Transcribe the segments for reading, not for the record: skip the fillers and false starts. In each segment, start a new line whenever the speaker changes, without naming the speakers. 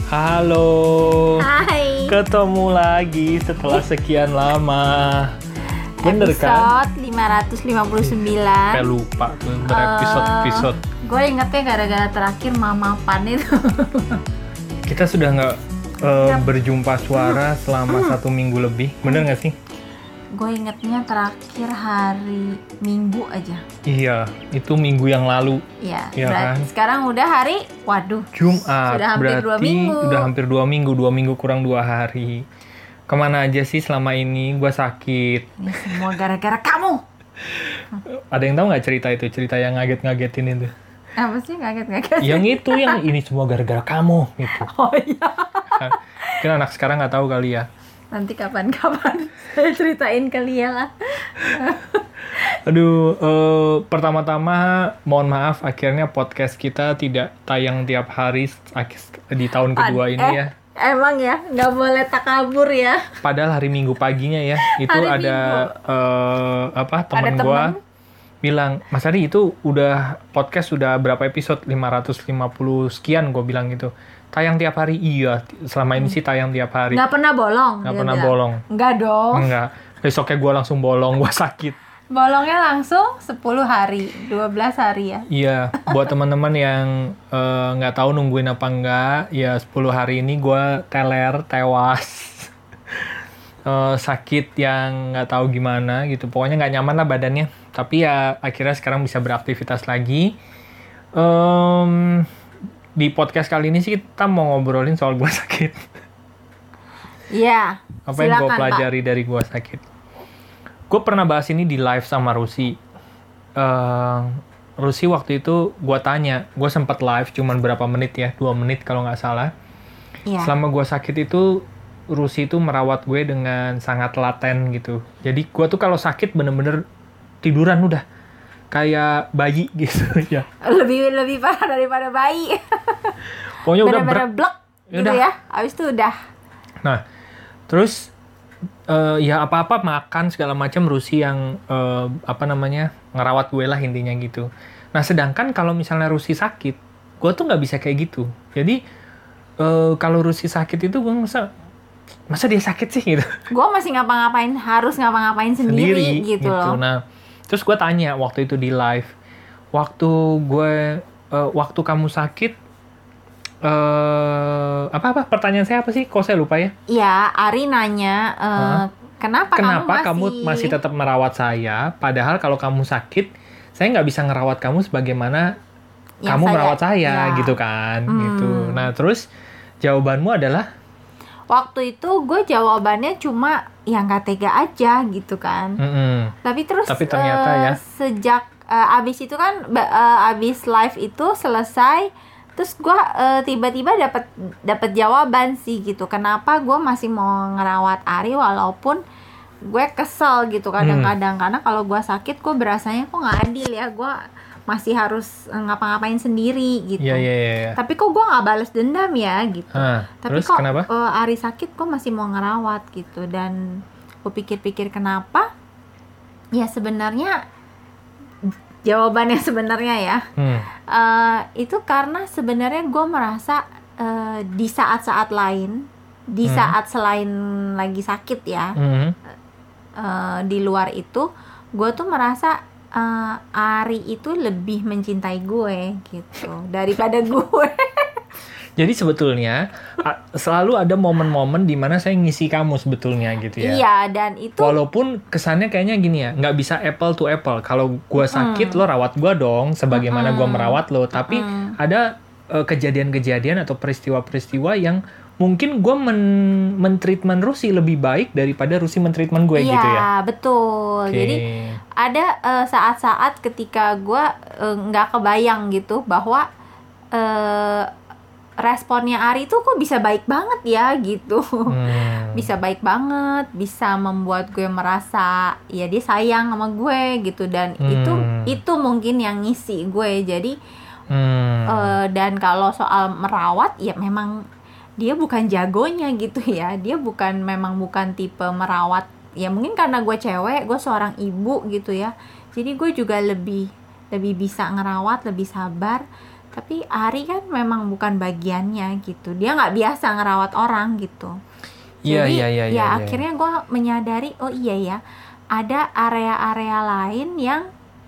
Halo.
Hai.
Ketemu lagi setelah sekian lama. Bener kan?
Episode 559.
Kayak lupa tuh berepisode-episode.
Gue ingetnya gara-gara terakhir mamapan itu.
Kita sudah nggak berjumpa suara selama 1 minggu lebih. Bener nggak sih?
Gue ingetnya terakhir hari Minggu aja.
Iya, itu minggu yang lalu.
Iya,
Iya
berarti
kan?
sekarang udah hari, waduh,
Jumat.
Sudah hampir 2 minggu.
Udah hampir 2 minggu. 2 minggu kurang 2 hari. Kemana aja sih selama ini? Gue sakit.
ini semua gara-gara kamu.
Ada yang tahu nggak cerita yang ngaget-ngagetin itu?
Apa sih ngaget-ngaget?
Yang itu, yang ini semua gara-gara kamu gitu.
Oh iya.
Mungkin anak sekarang nggak tahu kali ya.
Nanti kapan-kapan saya ceritain ke Lia lah.
Aduh, pertama-tama mohon maaf akhirnya podcast kita tidak tayang tiap hari di tahun kedua ini ya.
Emang ya, nggak boleh takabur ya.
Padahal hari Minggu paginya ya, itu
Hari
ada temen
Ada
gue
temen?
bilang, Mas Adi itu udah podcast sudah berapa episode? 550 sekian, gue bilang gitu. Tayang tiap hari? Iya, selama ini sih tayang tiap hari.
Nggak pernah bolong.
Nggak
dia
pernah
bilang.
bolong.
Nggak dong.
Enggak, besoknya gue langsung bolong, gue sakit.
Bolongnya langsung 10 hari, 12 hari ya.
Iya, buat teman-teman yang nggak tahu nungguin apa enggak, ya 10 hari ini gue tewas. Sakit yang nggak tahu gimana gitu, pokoknya nggak nyaman lah badannya. Tapi ya akhirnya sekarang bisa beraktivitas lagi. Di podcast kali ini sih kita mau ngobrolin soal gue sakit.
Iya.
Apa yang gue
silakan,
pelajari dari gue sakit? Gue pernah bahas ini di live sama Rusi. Rusi waktu itu gue tanya, gue sempat live cuman berapa menit ya, 2 menit kalau nggak salah.
Iya.
Selama gue sakit itu, Rusi itu merawat gue dengan sangat telaten gitu. Jadi gue tuh kalau sakit bener-bener tiduran udah. Kayak bayi gitu ya.
Lebih parah daripada bayi.
Pokoknya udah
Bener-bener blek gitu
Udah.
ya. Abis itu udah.
Nah, terus ya apa-apa makan segala macam Rusi yang ngerawat gue lah intinya gitu. Nah, sedangkan kalau misalnya Rusi sakit, gue tuh nggak bisa kayak gitu. Jadi kalau Rusi sakit itu gue masa dia sakit sih gitu.
Gue masih harus ngapa-ngapain sendiri gitu loh.
Nah, terus gue tanya waktu itu di live, waktu kamu sakit, pertanyaan saya apa sih? Kok saya lupa ya?
Iya, Ari nanya, kenapa
kamu masih tetap merawat saya, padahal kalau kamu sakit, saya nggak bisa ngerawat kamu sebagaimana
Ya,
kamu merawat saya,
ya.
gitu kan? Gitu. Nah, terus jawabanmu adalah?
Waktu itu gue jawabannya cuma yang nggak tega aja gitu kan. Tapi
ternyata ya.
Sejak abis itu kan abis live itu selesai, terus gue tiba-tiba dapat jawaban sih gitu. Kenapa gue masih mau ngerawat Ari walaupun gue kesel gitu kadang-kadang karena kalau gue sakit gue berasanya kok nggak adil ya, gue masih harus ngapa-ngapain sendiri gitu.
Iya.
Tapi kok gue nggak balas dendam ya gitu. Tapi
Terus
kok
kenapa?
Ari sakit gue masih mau ngerawat gitu. Dan gue pikir-pikir kenapa? Ya sebenarnya jawabannya sebenarnya ya itu karena sebenarnya gue merasa di saat-saat lain, di saat selain lagi sakit ya, di luar itu gue tuh merasa Ari itu lebih mencintai gue gitu daripada gue.
Jadi sebetulnya selalu ada momen-momen di mana saya ngisi kamu sebetulnya gitu ya.
Iya, dan itu
walaupun kesannya kayaknya gini ya, nggak bisa apple to apple. Kalau gue sakit lo rawat gue dong, sebagaimana gue merawat lo. Tapi ada kejadian-kejadian atau peristiwa-peristiwa yang mungkin gue men-treatment Rusi lebih baik daripada Rusi men-treatment gue gitu ya.
Iya, betul.
Okay.
Jadi ada saat-saat ketika gue nggak kebayang gitu bahwa responnya Ari tuh kok bisa baik banget ya gitu. Bisa baik banget, bisa membuat gue merasa ya dia sayang sama gue gitu. Dan itu mungkin yang ngisi gue. Jadi dan kalau soal merawat ya memang dia bukan jagonya gitu ya. Dia memang bukan tipe merawat. Ya mungkin karena gue cewek, gue seorang ibu gitu ya. Jadi gue juga lebih bisa ngerawat, lebih sabar. Tapi Ari kan memang bukan bagiannya gitu. Dia nggak biasa ngerawat orang gitu. Jadi akhirnya gue menyadari, oh iya ya, ada area-area lain yang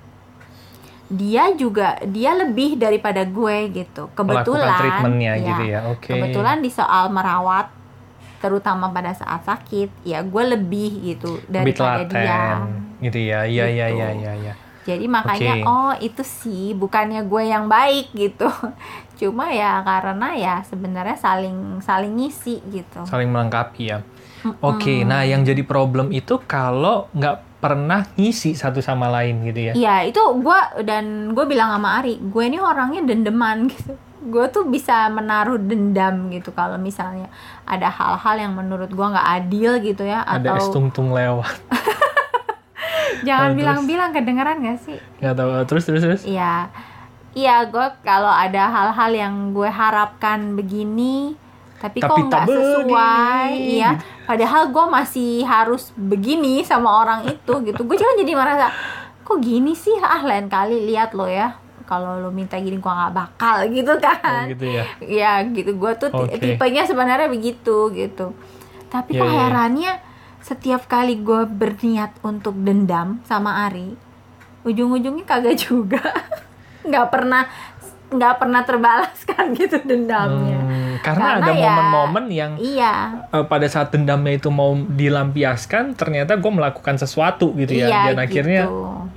dia lebih daripada gue gitu. Kebetulan
treatmentnya gitu ya.
Kebetulan di soal merawat, terutama pada saat sakit, ya gue lebih gitu daripada dia.
Gitu ya. Iya.
Jadi makanya itu sih bukannya gue yang baik gitu. Cuma ya karena ya sebenarnya saling ngisi gitu.
Saling melengkapi ya. Oke, nah yang jadi problem itu kalau nggak pernah ngisi satu sama lain gitu ya.
Iya, itu gue bilang sama Ari, gue ini orangnya dendeman gitu. Gue tuh bisa menaruh dendam gitu kalau misalnya ada hal-hal yang menurut gue nggak adil gitu ya.
Ada es tung-tung lewat.
Jangan bilang-bilang, kedengeran gak sih?
Gak tahu. Terus.
Iya, gue kalau ada hal-hal yang gue harapkan begini, tapi kok nggak sesuai, iya. Padahal gue masih harus begini sama orang itu, gitu. Gue juga jadi merasa, kok gini sih? Lain kali lihat lo ya. Kalau lo minta gini, gue nggak bakal, gitu kan?
Oh, gitu ya?
Iya, gitu. Gue tuh tipenya sebenarnya begitu, gitu. Tapi kok herannya, setiap kali gue berniat untuk dendam sama Ari, ujung-ujungnya kagak juga. nggak pernah terbalaskan gitu dendamnya.
Karena ada momen-momen yang pada saat dendamnya itu mau dilampiaskan, ternyata gue melakukan sesuatu gitu ya. Dan akhirnya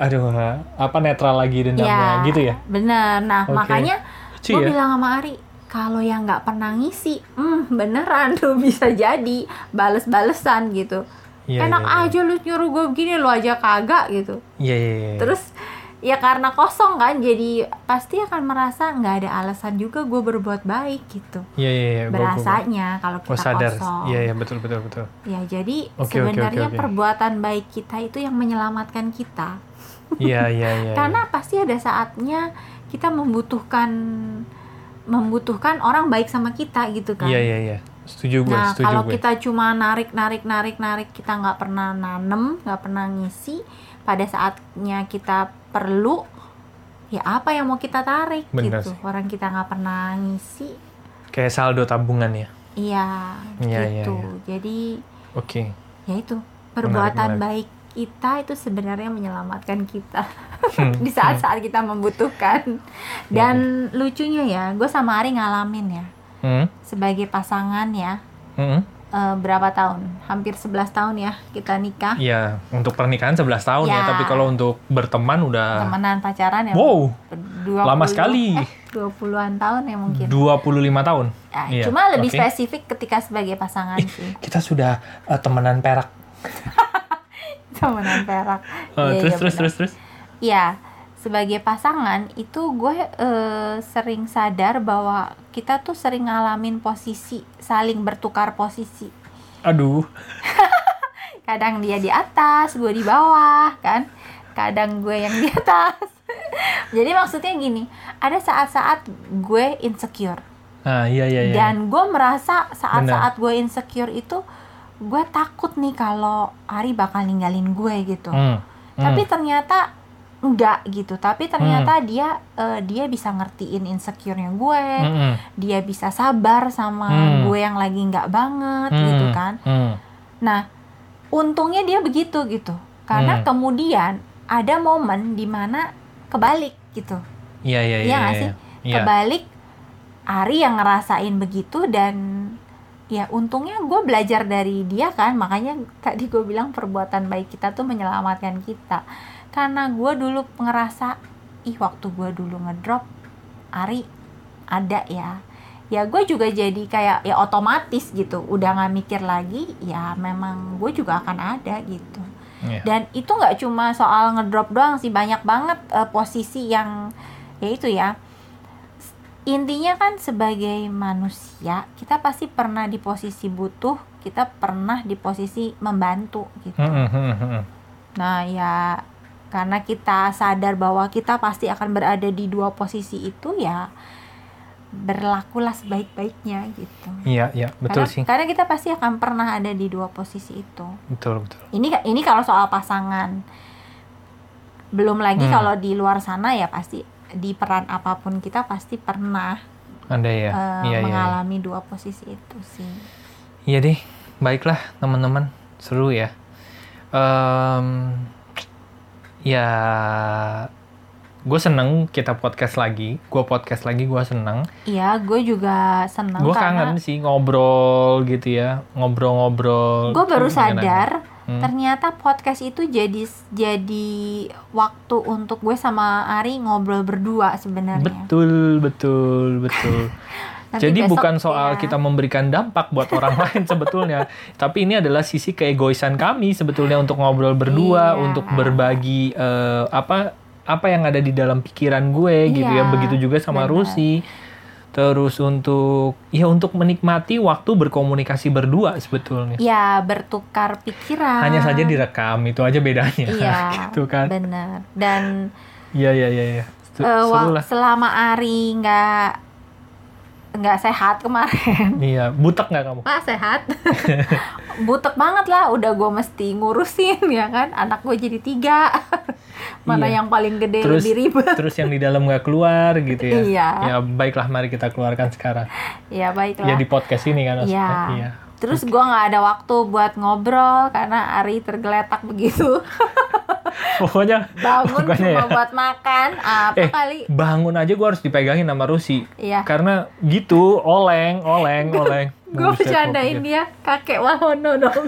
netral lagi dendamnya gitu ya.
Bener. Nah makanya gue bilang sama Ari, kalau yang nggak pernah ngisi, beneran lu bisa jadi bales-balesan gitu. Enak aja lu nyuruh gue begini, lu aja kagak gitu. Terus ya karena kosong kan, jadi pasti akan merasa nggak ada alasan juga gue berbuat baik gitu. Berasanya kalau kita
sadar.
Kosong.
Iya betul.
Ya jadi sebenarnya perbuatan baik kita itu yang menyelamatkan kita.
Iya.
Karena pasti ada saatnya kita membutuhkan orang baik sama kita gitu kan.
Iya. Setuju gue.
Nah kalau kita cuma narik, kita nggak pernah nanem, nggak pernah ngisi, pada saatnya kita perlu, ya apa yang mau kita tarik?
Bener
gitu
sih.
Orang kita nggak pernah ngisi,
kayak saldo tabungan ya.
Iya gitu. Jadi ya itu perbuatan baik kita itu sebenarnya menyelamatkan kita di saat-saat kita membutuhkan. Dan lucunya ya, gue sama Ari ngalamin ya, sebagai pasangan ya, berapa tahun? Hampir 11 tahun ya kita nikah.
Iya, untuk pernikahan 11 tahun ya, tapi kalau untuk berteman udah
temenan pacaran ya.
Wow, lama sekali.
20-an tahun ya mungkin.
25 tahun.
Cuma lebih spesifik ketika sebagai pasangan sih.
Kita sudah temenan perak.
Temenan perak.
Terus.
Iya, sebagai pasangan itu gue sering sadar bahwa kita tuh sering ngalamin posisi, saling bertukar posisi.
Aduh.
Kadang dia di atas, gue di bawah kan. Kadang gue yang di atas. Jadi maksudnya gini, ada saat-saat gue insecure.
Iya.
Dan gue merasa saat-saat gue insecure itu, gue takut nih kalau Ari bakal ninggalin gue gitu. Tapi ternyata enggak gitu. Tapi ternyata dia bisa ngertiin insecure-nya gue. Dia bisa sabar sama gue yang lagi enggak banget gitu kan. Nah, untungnya dia begitu gitu. Karena kemudian ada momen di mana kebalik gitu.
Iya
nggak sih? Kebalik, Ari yang ngerasain begitu, dan ya untungnya gue belajar dari dia kan. Makanya tadi gue bilang perbuatan baik kita tuh menyelamatkan kita. Karena gue dulu ngerasa, waktu gue dulu ngedrop, Ari ada ya gue juga jadi kayak ya otomatis gitu, udah nggak mikir lagi, ya memang gue juga akan ada gitu. Dan itu nggak cuma soal ngedrop doang sih, banyak banget posisi yang ya itu ya. Intinya kan sebagai manusia kita pasti pernah di posisi butuh, kita pernah di posisi membantu gitu. Nah ya karena kita sadar bahwa kita pasti akan berada di dua posisi itu, ya berlakulah sebaik-baiknya gitu.
Iya betul sih.
Karena kita pasti akan pernah ada di dua posisi itu.
Betul.
Ini kalau soal pasangan. Belum lagi kalau di luar sana ya pasti di peran apapun kita pasti pernah mengalami dua posisi itu sih.
Iya deh, baiklah teman-teman, seru ya. Ya, gue seneng kita podcast lagi. Gue seneng.
Iya, gue juga seneng.
Gue kangen sih ngobrol gitu ya, ngobrol-ngobrol.
Gue baru sadar, ternyata podcast itu jadi waktu untuk gue sama Ari ngobrol berdua sebenarnya.
Betul. Jadi bukan soal kita memberikan dampak buat orang lain sebetulnya, tapi ini adalah sisi keegoisan kami sebetulnya untuk ngobrol berdua, untuk berbagi apa yang ada di dalam pikiran gue gitu ya. Begitu juga sama Rusi. Terus untuk menikmati waktu berkomunikasi berdua sebetulnya.
Ya, bertukar pikiran.
Hanya saja direkam, itu aja bedanya.
Iya,
gitu kan.
Benar. Dan
Iya.
Selama Ari nggak sehat kemarin.
Iya, butek nggak kamu?
Sehat. Butek banget lah, udah gue mesti ngurusin ya kan. Anak gue jadi 3. Mana yang paling gede lebih ribet.
Terus yang di dalam nggak keluar gitu ya.
Iya.
Ya baiklah, mari kita keluarkan sekarang.
Iya, baiklah.
Ya di podcast ini kan maksudnya.
Iya. Terus gue nggak ada waktu buat ngobrol karena Ari tergeletak begitu.
Pokoknya
cuma buat makan kali.
Bangun aja gue harus dipegangin sama Rusi.
Iya.
Karena gitu, oleng.
Gue bercandain dia kakek Wahono dong.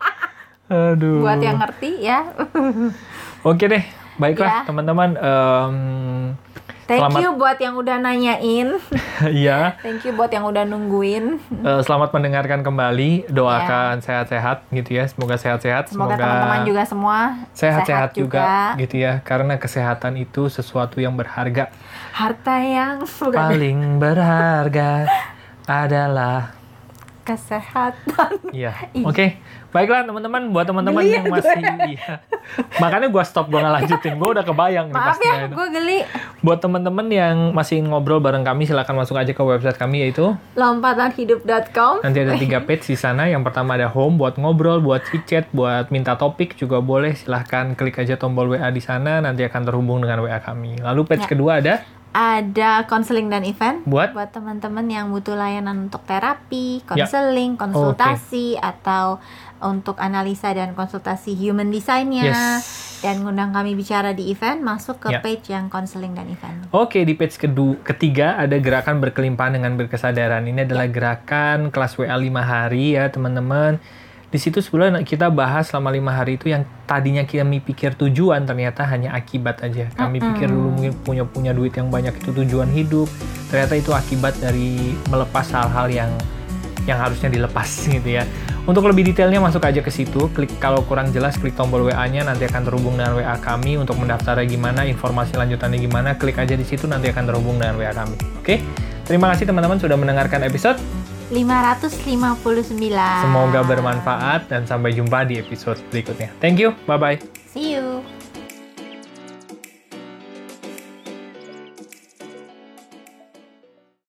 Aduh.
Buat yang ngerti ya.
Oke deh, baiklah teman-teman.
Thank you buat yang udah nanyain.
Iya.
Thank you buat yang udah nungguin.
Selamat mendengarkan kembali. Doakan sehat-sehat gitu ya. Semoga sehat-sehat.
Semoga teman-teman juga semua
sehat-sehat juga gitu ya. Karena kesehatan itu sesuatu yang berharga.
Harta yang
paling berharga adalah
kesehatan.
Iya. Oke. Baiklah teman-teman, buat teman-teman yang masih makanya gue stop, gue nggak lanjutin, gue udah kebayang.
Maaf ya, gue geli.
Buat teman-teman yang masih ngobrol bareng kami, silakan masuk aja ke website kami, yaitu
lompatanhidup.com.
Nanti ada 3 page di sana. Yang pertama ada home buat ngobrol, buat chit-chat, buat minta topik juga boleh. Silahkan klik aja tombol WA di sana, nanti akan terhubung dengan WA kami. Lalu page kedua
ada konseling dan event
buat
teman-teman yang butuh layanan untuk terapi, konseling, konsultasi, atau untuk analisa dan konsultasi human design-nya. Dan ngundang kami bicara di event, masuk ke page yang konseling dan event.
Oke, di page ketiga ada gerakan berkelimpahan dengan berkesadaran. Ini adalah gerakan kelas WA 5 hari ya teman-teman. Di situ sebelumnya kita bahas selama 5 hari itu yang tadinya kami pikir tujuan, ternyata hanya akibat aja. Kami pikir dulu mungkin punya duit yang banyak itu tujuan hidup. Ternyata itu akibat dari melepas hal-hal yang harusnya dilepas gitu ya. Untuk lebih detailnya masuk aja ke situ. Klik, kalau kurang jelas klik tombol WA-nya, nanti akan terhubung dengan WA kami. Untuk mendaftarnya gimana, informasi lanjutannya gimana, klik aja di situ, nanti akan terhubung dengan WA kami. Oke? Terima kasih teman-teman sudah mendengarkan episode
559.
Semoga bermanfaat dan sampai jumpa di episode berikutnya. Thank you, bye-bye.
See you.